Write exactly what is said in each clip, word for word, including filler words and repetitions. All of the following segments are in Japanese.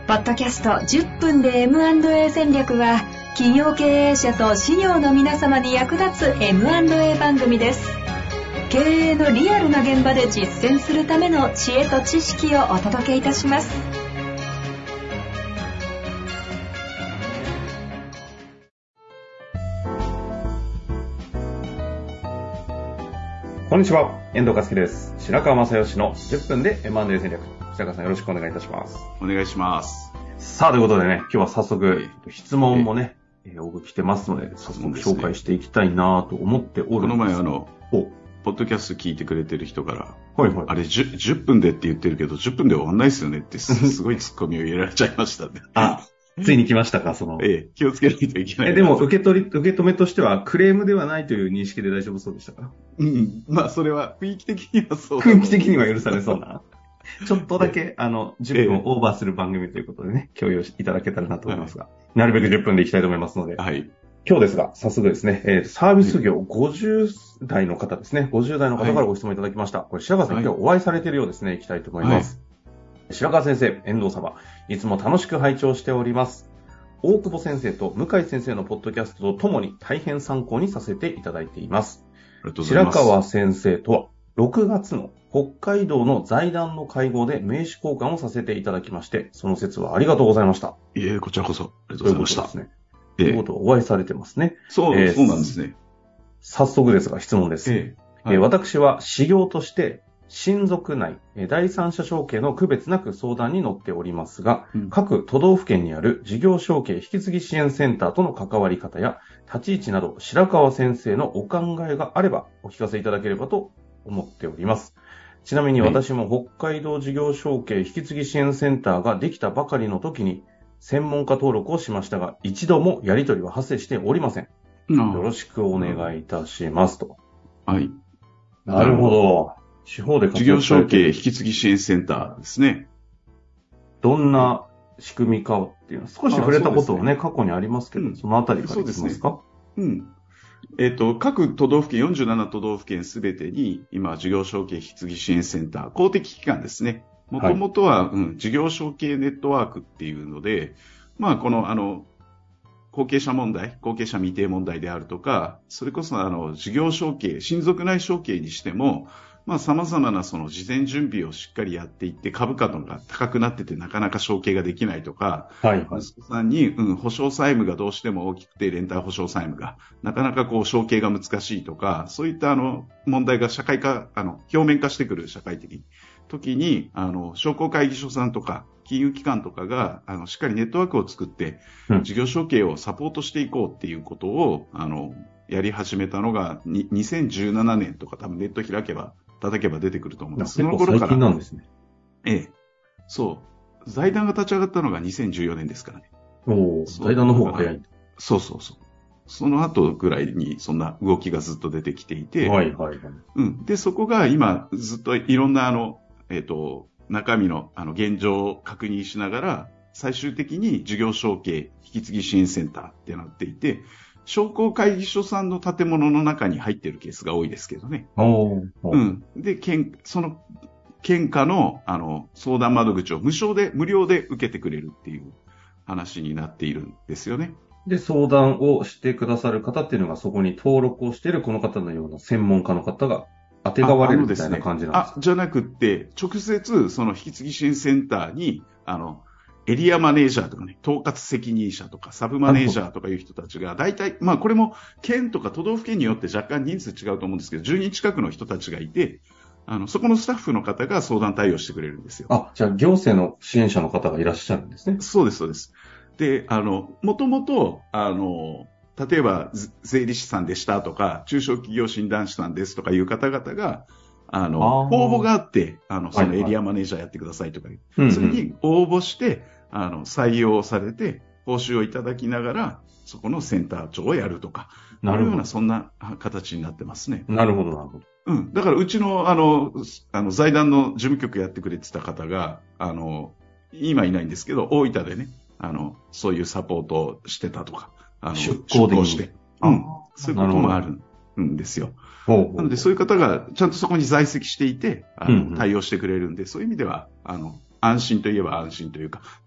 ポッドキャストじゅっぷんで エムアンドエー 戦略は、企業経営者と事業の皆様に役立つ エムアンドエー 番組です。経営のリアルな現場で実践するための知恵と知識をお届けいたします。 こんにちは、遠藤和樹です。白川正義のじゅっぷんで エムアンドエー 戦略。白川さん、よろしくお願いいたします。 お願いします。 さあ、ということでね、今日は早速、質問もね、えー、多く来てますので、早速紹介していきたいなと思っておるんです。 この前、あの、ポッドキャスト聞いてくれてる人から、 はいはい、 あれ 10, じゅっぷんでって言ってるけど、じゅっぷんで終わんないですよねってす、すごいツッコミを入れられちゃいましたね。 あ、ついに来ましたか、その。 ええ、気をつけないといけない。 え、でも、受け取り、受け止めとしては、クレームではないという認識で大丈夫そうでしたか？ うん。まあ、それは、雰囲気的にはそう。 雰囲気的には許されそうな。ちょっとだけ、あの、じゅっぷんをオーバーする番組ということでね、共有いただけたらなと思いますが、はい、なるべくじゅっぷんでいきたいと思いますので、 はい。 今日ですが、早速ですね、えー、サービス業ごじゅう代の方ですね、ごじゅう代の方からご質問いただきました。はい、これ、白川さん、はい、今日お会いされているようですね、いきたいと思います。はい、白川先生、遠藤様、いつも楽しく拝聴しております。大久保先生と向井先生のポッドキャストとともに大変参考にさせていただいています。 ありがとうございます。 白川先生とは、ろくがつの北海道の財団の会合で名刺交換をさせていただきまして、その説はありがとうございました。 いえ、こちらこそありがとうございました。 ということですね。ということはお会いされてますね。 そう、えー、そうなんですね。 早速ですが質問です。えーはい、私は事業として親族内、第三者承継の区別なく相談に乗っておりますが、うん、各都道府県にある事業承継引き継ぎ支援センターとの関わり方や立ち位置など白川先生のお考えがあればお聞かせいただければと思っております。ちなみに私も北海道事業承継引き継ぎ支援センターができたばかりの時に専門家登録をしましたが、一度もやり取りは発生しておりません。よろしくお願いいたしますと。 はい。 なるほど。地方で事業承継引き継ぎ支援センターですね。 どんな仕組みかっていうのは少し触れたことはね、過去にありますけど、うん、そのあたりからいきますか？ う, ね、うん。えっ、ー、と、各都道府県、よんじゅうなな都道府県すべてに、今、事業承継引き継ぎ支援センター、公的機関ですね。もともとは、はい、うん、事業承継ネットワークっていうので、まあ、この、あの、後継者問題、後継者未定問題であるとか、それこそ、あの、事業承継、親族内承継にしても、まあ、様々なその事前準備をしっかりやっていって、株価とか高くなっててなかなか承継ができないとか、はいはい、息子さんに、うん、保証債務がどうしても大きくて、連帯保証債務が、なかなかこう、承継が難しいとか、そういったあの、問題が社会化、あの、表面化してくる社会的に、時に、あの、商工会議所さんとか、金融機関とかが、あの、しっかりネットワークを作って、うん、事業承継をサポートしていこうっていうことを、あの、やり始めたのが、にせんじゅうななねんとか多分ネット開けば、叩けば出てくると思うんです。 その頃から。最近なんですね。 ええ。そう。財団が立ち上がったのがにせんじゅうよねんですからね。 おー、財団の方が早い。 そうそうそう。その後ぐらいにそんな動きがずっと出てきていて。 はいはいはい。 うん。で、そこが今ずっといろんなあの、えっと、中身のあの現状を確認しながら、最終的に事業承継引き継ぎ支援センターってなっていて、商工会議所さんの建物の中に入っているケースが多いですけどね。 おうん。で、県、その、県下の、あの、相談窓口を無償で、無料で受けてくれるっていう話になっているんですよね。 で、相談をしてくださる方っていうのがそこに登録をしているこの方のような専門家の方が当てがわれるみたいな感じなんですか？ あ、あ、じゃなくって、直接、その引き継ぎ支援センターに、あの、エリアマネージャーとかね、統括責任者とかサブマネージャーとかいう人たちが、大体、まあこれも県とか都道府県によって若干人数違うと思うんですけど、じゅうにん近くの人たちがいて、あの、そこのスタッフの方が相談対応してくれるんですよ。 あ、じゃあ行政の支援者の方がいらっしゃるんですね。 そうです、そうです。で、あの、もともと、あの、例えば税理士さんでしたとか、中小企業診断士さんですとかいう方々が、あの、あ応募があって、あの、そのエリアマネージャーやってくださいとか、はいはい、それに応募して、あの、採用されて、報酬をいただきながら、そこのセンター長をやるとか、なるほど。いうような、そんな形になってますね。 なるほど、なるほど。 うん。だから、うちの、あの、あの、財団の事務局やってくれてた方が、あの、今いないんですけど、大分でね、あの、そういうサポートをしてたとか、あの、 出向でして。うん。そういうこともあるんですよ。なので、そういう方が、ちゃんとそこに在籍していて、あの、うんうん、対応してくれるんで、そういう意味では、あの、安心といえば安心というか、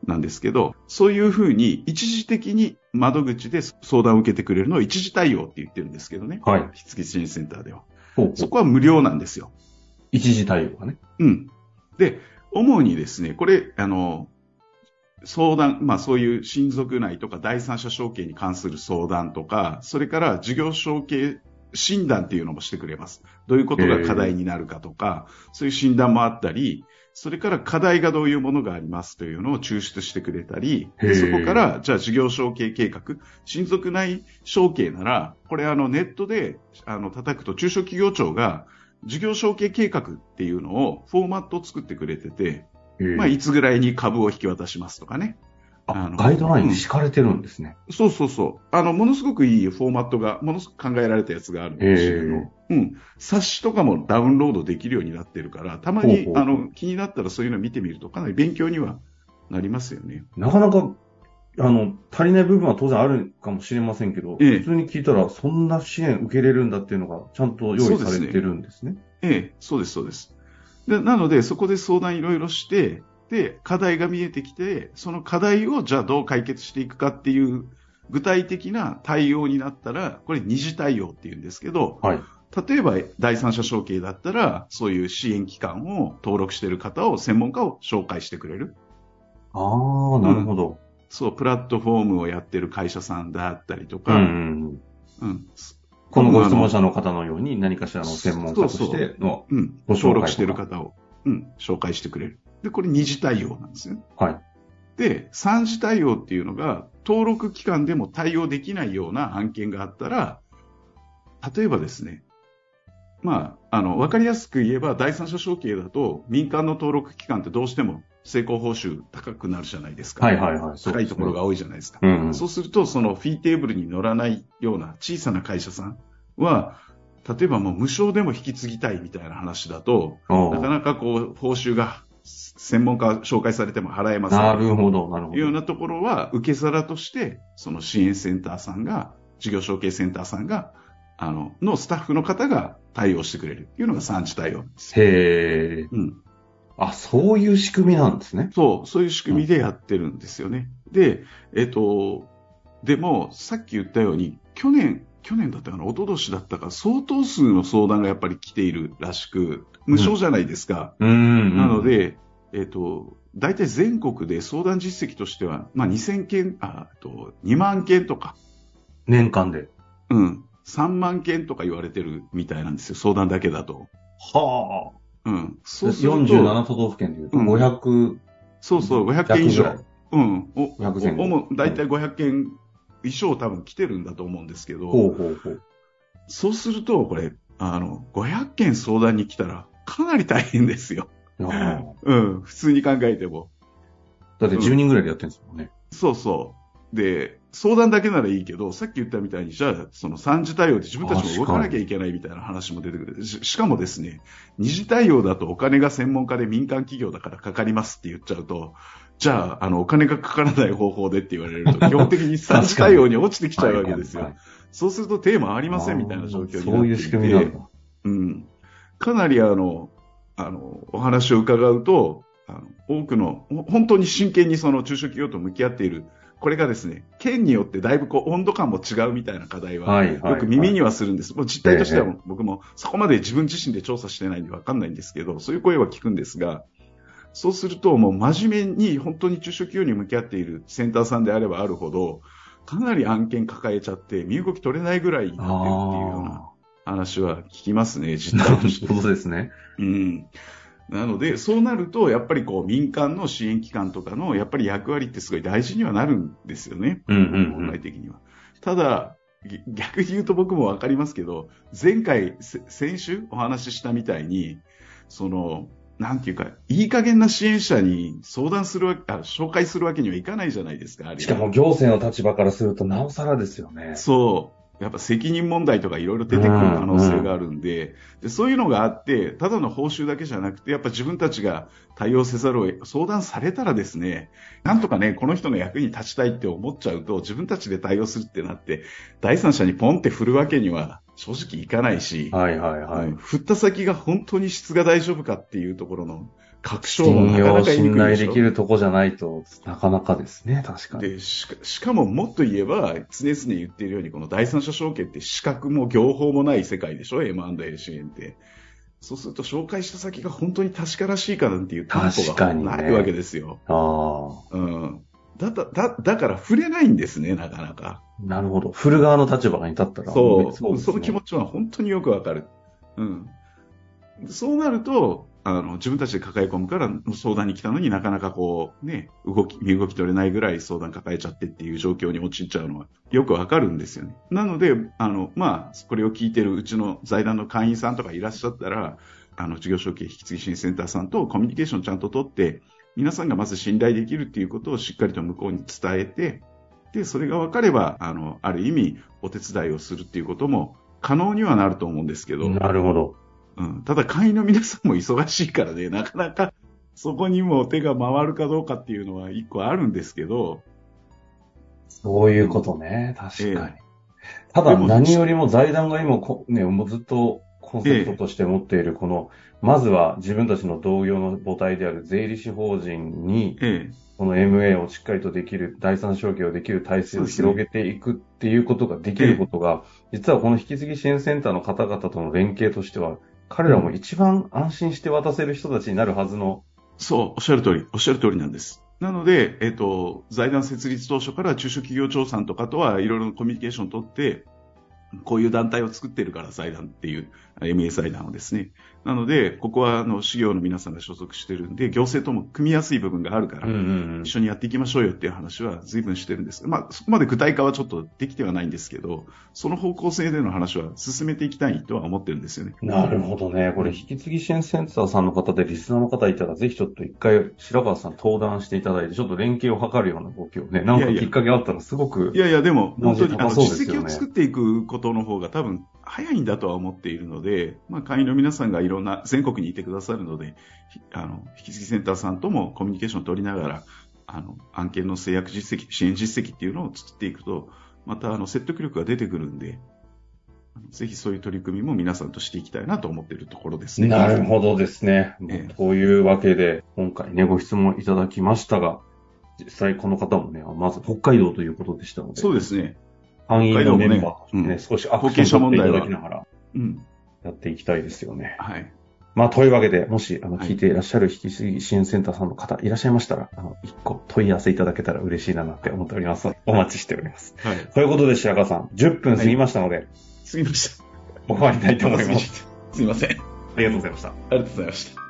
なんですけど、そういうふうに一時的に窓口で相談を受けてくれるのを一時対応って言ってるんですけどね。 はい。 引き継ぎ支援センターでは。 ほうほう。 そこは無料なんですよ。 一時対応がね。 うん。で、主にですね、これ、あの、相談、まあそういう親族内とか第三者承継に関する相談とか、それから事業承継診断っていうのもしてくれます。どういうことが課題になるかとか、そういう診断もあったり、それから課題がどういうものがありますというのを抽出してくれたり、そこから、じゃあ事業承継計画、親族内承継なら、これあのネットであの叩くと中小企業庁が事業承継計画っていうのをフォーマットを作ってくれてて、まあいつぐらいに株を引き渡しますとかね。 あのガイドラインに敷かれてるんですね、 うん。そうそうそう。あの、ものすごくいいフォーマットが、ものすごく考えられたやつがあるんですけど、うん。冊子とかもダウンロードできるようになってるから、たまに、ほうほうあの、気になったらそういうのを見てみるとかなり勉強にはなりますよね。 なかなか、あの、足りない部分は当然あるかもしれませんけど、ええ、普通に聞いたら、そんな支援受けれるんだっていうのが、ちゃんと用意されてるんですね。 ええ、そうです、そうです。で、なので、そこで相談いろいろして、で、課題が見えてきて、その課題をじゃあどう解決していくかっていう具体的な対応になったら、これ二次対応っていうんですけど、はい、例えば第三者承継だったら、そういう支援機関を登録している方を、専門家を紹介してくれる。 ああ、なるほど、うん。 そう、プラットフォームをやってる会社さんだったりとか、うんうん、このご質問者の方のように何かしらの専門家としてのご登録している方を、うん、紹介してくれる。で、これ二次対応なんですね。 はい。 で、三次対応っていうのが、登録機関でも対応できないような案件があったら、例えばですね、まあ、あの、わかりやすく言えば、第三者承継だと、民間の登録機関ってどうしても成功報酬高くなるじゃないですか。 はいはいはい。 高いところが多いじゃないですか。 うんうん、 そうすると、そのフィーテーブルに乗らないような小さな会社さんは、例えばもう無償でも引き継ぎたいみたいな話だと、なかなかこう、報酬が専門家紹介されても払えません。 なるほど、なるほど。 いうようなところは、受け皿として、その支援センターさんが、事業承継センターさんが、あの、のスタッフの方が対応してくれるっていうのが三次対応です。 へー。うん。あ、そういう仕組みなんですね。 そう、そういう仕組みでやってるんですよね。うん、で、えっと、でも、さっき言ったように、去年、去年だったかな、一昨年だったか、相当数の相談がやっぱり来ているらしく、無償じゃないですか。 うん、うんなので、えっと、大体全国で相談実績としては、まあ、にせんけん、あ、あとにまんけんとか。 年間で。 うん。さんまんけんとか言われてるみたいなんですよ、相談だけだと。 はあ。うん。 そうするとよんじゅうなな都道府県でいうとごひゃく、うん、 そうそう、ごひゃくけん以上。うん。お、 ごひゃくぜん後。 お、大体ごひゃくけん以上多分来てるんだと思うんですけど。 ほうほうほう。 そうすると、これ、あの、ごひゃっけん相談に来たら、かなり大変ですよ。うん。普通に考えても。 だってじゅうにんぐらいでやってるんですもんね、 うん。そうそう。で、相談だけならいいけど、さっき言ったみたいに、じゃあ、その三次対応で自分たちも動かなきゃいけないみたいな話も出てくる。し, しかもですね、二次対応だとお金が専門家で民間企業だからかかりますって言っちゃうと、じゃあ、あの、お金がかからない方法でって言われると、基本的に三次対応に落ちてきちゃうわけですよ。はいはいはい、そうするとテーマありませんみたいな状況になっていて。 そういう仕組みなんだ。 うん。かなりあの、あの、お話を伺うと、あの多くの、本当に真剣にその中小企業と向き合っている、これがですね、県によってだいぶこう温度感も違うみたいな課題は、よく耳にはするんです。はいはいはい、もう実態としては僕もそこまで自分自身で調査してないんでわかんないんですけど、そういう声は聞くんですが、そうするともう真面目に本当に中小企業に向き合っているセンターさんであればあるほど、かなり案件抱えちゃって身動き取れないぐらいになっているっていうような話は聞きますね、実態として。 なるほどですね。 うん。なので、そうなると、やっぱりこう、民間の支援機関とかの、やっぱり役割ってすごい大事にはなるんですよね。 うんうんうん、 本来的には。ただ、逆に言うと僕もわかりますけど、前回、先週お話ししたみたいに、その、なんていうか、いい加減な支援者に相談するわけ、あ、紹介するわけにはいかないじゃないですか。 しかも行政の立場からするとなおさらですよね。 そう。やっぱ責任問題とかいろいろ出てくる可能性があるんで、うんうん、で、そういうのがあって、ただの報酬だけじゃなくて、やっぱ自分たちが対応せざるを得、相談されたらですね、なんとかね、この人の役に立ちたいって思っちゃうと、自分たちで対応するってなって、第三者にポンって振るわけには正直いかないし、 はいはいはい。うん、 振った先が本当に質が大丈夫かっていうところの確証もなかなか言いにくいでしょ。 信用信頼できるとこじゃないとなかなかですね、確かに。 で、しか、しかももっと言えば、常々言っているように、この第三者承継って資格も業法もない世界でしょ、エムアンドエー 支援って。そうすると紹介した先が本当に確からしいかなんていう担保がないわけですよ。 ね、ああ。 うん。だ、だ、だ、だから触れないんですね、なかなか。 なるほど。振る側の立場に立ったら。 そう。そう、ね、その気持ちは本当によくわかる。うん。そうなると、あの、自分たちで抱え込むから相談に来たのになかなかこう、ね、動き、身動き取れないぐらい相談抱えちゃってっていう状況に陥っちゃうのはよくわかるんですよね。なので、あの、まあ、これを聞いてるうちの財団の会員さんとかいらっしゃったら、あの、事業承継引き継ぎ支援センターさんとコミュニケーションちゃんと取って、皆さんがまず信頼できるっていうことをしっかりと向こうに伝えて、で、それが分かれば、あの、ある意味、お手伝いをするっていうことも可能にはなると思うんですけど。 なるほど。 うん。ただ、会員の皆さんも忙しいからね、なかなかそこにも手が回るかどうかっていうのは一個あるんですけど。 そういうことね、確かに。えー、ただ、何よりも財団が今こ、ね、もうずっとコンセプトとして持っている、この、えー、まずは自分たちの同業の母体である税理士法人に、えーこの エムエー をしっかりとできる、第三承継をできる体制を広げていくっていうことができることが、実はこの引き継ぎ支援センターの方々との連携としては、彼らも一番安心して渡せる人たちになるはずの。 そう、おっしゃる通り、おっしゃる通りなんです。なので、えっと、財団設立当初から中小企業庁さんとかとはいろいろなコミュニケーションを取って、こういう団体を作ってるから財団っていう エムエー 財団をですね。なので、ここはあの、事業の皆さんが所属してるんで、行政とも組みやすい部分があるから、うんうんうん、一緒にやっていきましょうよっていう話は随分してるんです。まあ、そこまで具体化はちょっとできてはないんですけど、その方向性での話は進めていきたいとは思ってるんですよね。 なるほどね。これ、引き継ぎ支援センターさんの方でリスナーの方いたら、ぜひちょっと一回、白川さん登壇していただいて、ちょっと連携を図るような動きをね、なんかきっかけあったらすごく。 いやいや、でも、本当に、あの、実績を作っていくことの方が多分、早いんだとは思っているので、まあ、会員の皆さんがいろんな全国にいてくださるので、あの、引き継ぎセンターさんともコミュニケーションを取りながら、あの、案件の制約実績、支援実績っていうのを作っていくと、また、あの、説得力が出てくるんで、ぜひそういう取り組みも皆さんとしていきたいなと思っているところですね。 なるほどですね。ええ、というわけで、今回ね、ご質問いただきましたが、実際この方もね、まず北海道ということでしたので。 そうですね。 会員のメンバーとしてね、ね、うん、少しアクションを取っていただきながら、 うん。 やっていきたいですよね。 はい。 まあ、というわけで、もし、あの、聞いていらっしゃる引き継ぎ支援センターさんの方いらっしゃいましたら、あの、一個問い合わせいただけたら嬉しいなって思っておりますので、お待ちしております。はい。ということで、白川さん、じゅっぷん過ぎましたので、はい、 過ぎました。 終わりたいと思います。 すいません。ありがとうございました。ありがとうございました。